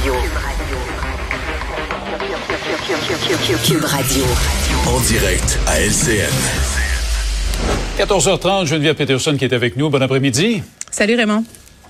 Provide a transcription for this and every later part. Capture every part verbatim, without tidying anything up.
Cube Radio. En direct à L C N. quatorze heures trente, Geneviève Peterson qui est avec nous. Bon après-midi. Salut Raymond.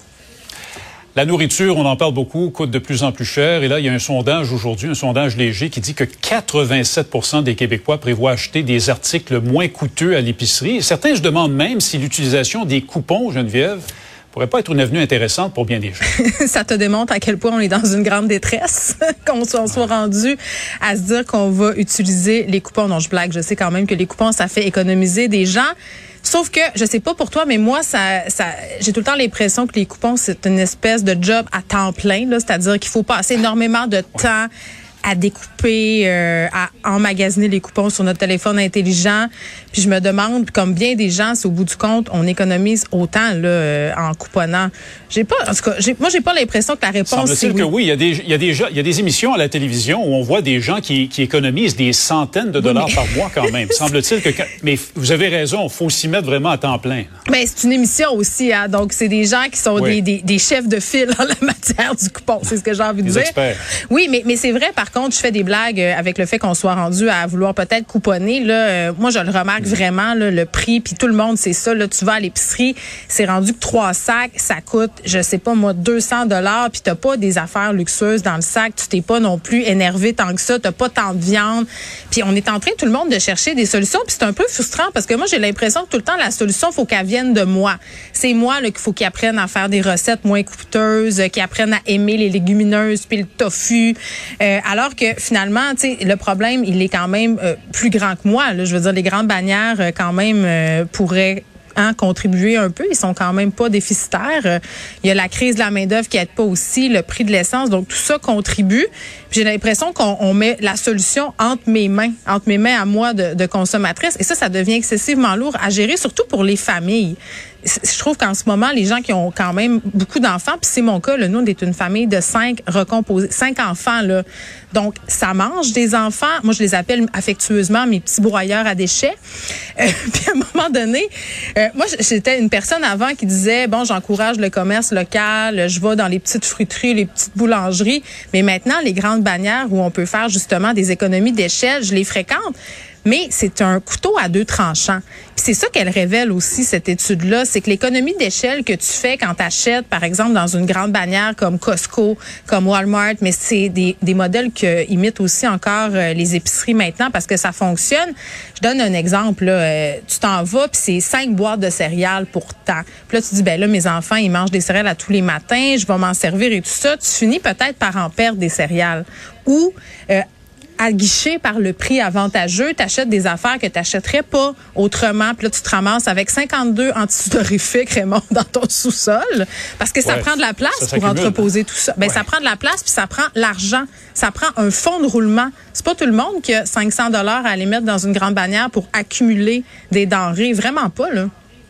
La nourriture, on en parle beaucoup, coûte de plus en plus cher. Et là, il y a un sondage aujourd'hui, un sondage léger qui dit que quatre-vingt-sept pour cent des Québécois prévoient acheter des articles moins coûteux à l'épicerie. Et certains se demandent même si l'utilisation des coupons, Geneviève, pourrait pas être une avenue intéressante pour bien des gens. Ça te démontre à quel point on est dans une grande détresse, qu'on soit, on soit rendu à se dire qu'on va utiliser les coupons. Non, je blague, je sais quand même que les coupons, ça fait économiser des gens. Sauf que, je sais pas pour toi, mais moi, ça, ça, j'ai tout le temps l'impression que les coupons, c'est une espèce de job à temps plein, là. C'est-à-dire qu'il faut passer énormément de temps à découper, euh, à emmagasiner les coupons sur notre téléphone intelligent. Puis je me demande, comme bien des gens, si au bout du compte, on économise autant là euh, en couponnant. J'ai pas, en tout cas, j'ai, moi j'ai pas l'impression que la réponse c'est oui. que oui, il y a des, il y a des, il y a des émissions à la télévision où on voit des gens qui, qui économisent des centaines de dollars oui, mais... par mois quand même. Semble-t-il que, mais vous avez raison, faut s'y mettre vraiment à temps plein. Mais c'est une émission aussi, hein. Donc c'est des gens qui sont oui. des, des, des chefs de file en la matière du coupon. C'est ce que j'ai envie de des dire. Experts. Oui, mais mais c'est vrai. Par contre, je fais des blagues avec le fait qu'on soit rendu à vouloir peut-être couponner. Là, euh, moi, je le remarque vraiment, là, le prix, puis tout le monde, c'est ça. Là, tu vas à l'épicerie, c'est rendu que trois sacs, ça coûte, je sais pas moi, deux cents dollars, puis t'as pas des affaires luxueuses dans le sac. Tu t'es pas non plus énervé tant que ça. T'as pas tant de viande. Puis on est en train, tout le monde, de chercher des solutions. Puis c'est un peu frustrant parce que moi, j'ai l'impression que tout le temps, la solution, faut qu'elle vienne de moi. C'est moi là qu'il faut qu'ils apprennent à faire des recettes moins coûteuses, qu'ils apprennent à aimer les légumineuses, puis le tofu. Euh, alors que finalement, tu sais, le problème, il est quand même euh, plus grand que moi. Là. Je veux dire, les grandes bannières, euh, quand même, euh, pourraient hein, contribuer un peu. Ils sont quand même pas déficitaires. Euh, il y a la crise de la main-d'œuvre qui aide pas aussi, le prix de l'essence. Donc, tout ça contribue. Puis j'ai l'impression qu'on on met la solution entre mes mains, entre mes mains à moi de, de consommatrice. Et ça, ça devient excessivement lourd à gérer, surtout pour les familles. Je trouve qu'en ce moment, les gens qui ont quand même beaucoup d'enfants, puis c'est mon cas, là, nous, on est une famille de cinq recomposés, cinq enfants, là. Donc, ça mange des enfants. Moi, je les appelle affectueusement mes petits broyeurs à déchets. Euh, puis à un moment donné, euh, moi, j'étais une personne avant qui disait, bon, j'encourage le commerce local, je vais dans les petites fruiteries, les petites boulangeries. Mais maintenant, les grandes bannières où on peut faire justement des économies d'échelle, je les fréquente. Mais c'est un couteau à deux tranchants. Puis c'est ça qu'elle révèle aussi, cette étude-là, c'est que l'économie d'échelle que tu fais quand tu achètes, par exemple, dans une grande bannière comme Costco, comme Walmart, mais c'est des, des modèles qui imitent aussi encore euh, les épiceries maintenant parce que ça fonctionne. Je donne un exemple. Là, euh, tu t'en vas, puis c'est cinq boîtes de céréales pour tant. Puis là, tu dis, ben là, mes enfants, ils mangent des céréales à tous les matins, je vais m'en servir et tout ça. Tu finis peut-être par en perdre des céréales. Ou... Euh, à guichet par le prix avantageux, t'achètes des affaires que t'achèterais pas autrement. Puis là, tu te ramasses avec cinquante-deux antisudorifiques, Raymond, dans ton sous-sol. Parce que ça ouais, prend de la place pour entreposer tout ça. Ben, ouais. Ça prend de la place puis ça prend l'argent. Ça prend un fonds de roulement. C'est pas tout le monde qui a cinq cents dollars à aller mettre dans une grande bannière pour accumuler des denrées. Vraiment pas, là.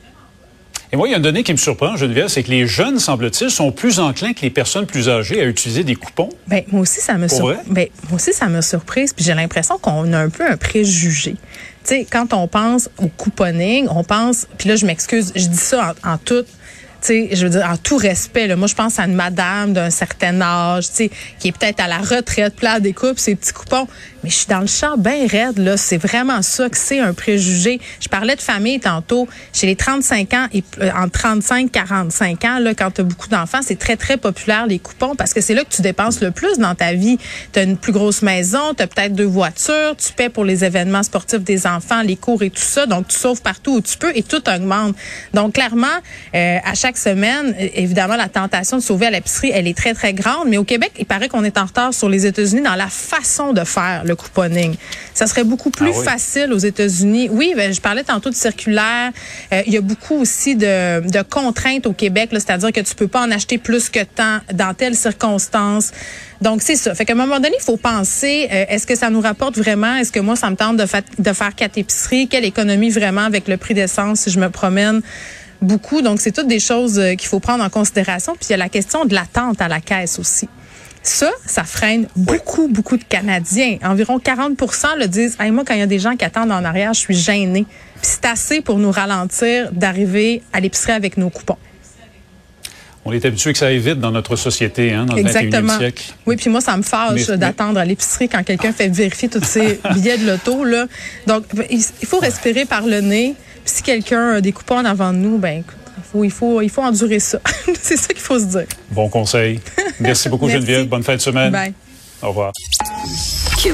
Et moi, il y a une donnée qui me surprend, Geneviève, c'est que les jeunes, semble-t-il, sont plus enclins que les personnes plus âgées à utiliser des coupons. Ben moi aussi, ça me sur... ben, moi aussi, ça m'a surprise. Puis j'ai l'impression qu'on a un peu un préjugé. Tu sais, quand on pense au couponing, on pense. Puis là, je m'excuse, je dis ça en, en toute. Tu sais, je veux dire, en tout respect, là, moi, je pense à une madame d'un certain âge, tu sais, qui est peut-être à la retraite, puis là, elle découpe ses petits coupons. Mais je suis dans le champ bien raide, là. C'est vraiment ça que c'est un préjugé. Je parlais de famille tantôt. Chez les trente-cinq ans, et euh, entre trente-cinq et quarante-cinq ans, là, quand tu as beaucoup d'enfants, c'est très, très populaire, les coupons, parce que c'est là que tu dépenses le plus dans ta vie. Tu as une plus grosse maison, tu as peut-être deux voitures, tu paies pour les événements sportifs des enfants, les cours et tout ça. Donc, tu sauves partout où tu peux et tout augmente. Donc, clairement, euh, à chaque semaine, évidemment, la tentation de sauver à l'épicerie, elle est très, très grande. Mais au Québec, il paraît qu'on est en retard sur les États-Unis dans la façon de faire le couponing. Ça serait beaucoup plus ah oui. facile aux États-Unis. Oui, ben, je parlais tantôt de circulaire. Euh, il y a beaucoup aussi de, de contraintes au Québec, là, c'est-à-dire que tu peux pas en acheter plus que tant dans telles circonstances. Donc, c'est ça. Fait qu'à un moment donné, il faut penser, euh, est-ce que ça nous rapporte vraiment? Est-ce que moi, ça me tente de, fa- de faire quatre épiceries? Quelle économie vraiment avec le prix d'essence si je me promène beaucoup? Donc, c'est toutes des choses euh, qu'il faut prendre en considération. Puis, il y a la question de l'attente à la caisse aussi. Ça, ça freine beaucoup, beaucoup de Canadiens. Environ quarante pour cent le disent. Hey, moi, quand il y a des gens qui attendent en arrière, je suis gênée. Puis c'est assez pour nous ralentir d'arriver à l'épicerie avec nos coupons. On est habitué que ça aille vite dans notre société, hein, dans le vingt et unième siècle. Oui, puis moi, ça me fâche mais, d'attendre mais... à l'épicerie quand quelqu'un fait vérifier tous ses billets de l'auto, là. Donc, il faut respirer par le nez. Puis si quelqu'un a des coupons en avant de nous, ben écoute, il faut, il faut, il faut endurer ça. C'est ça qu'il faut se dire. Bon conseil. Merci beaucoup, Merci. Geneviève. Bonne fin de semaine. Bye. Au revoir.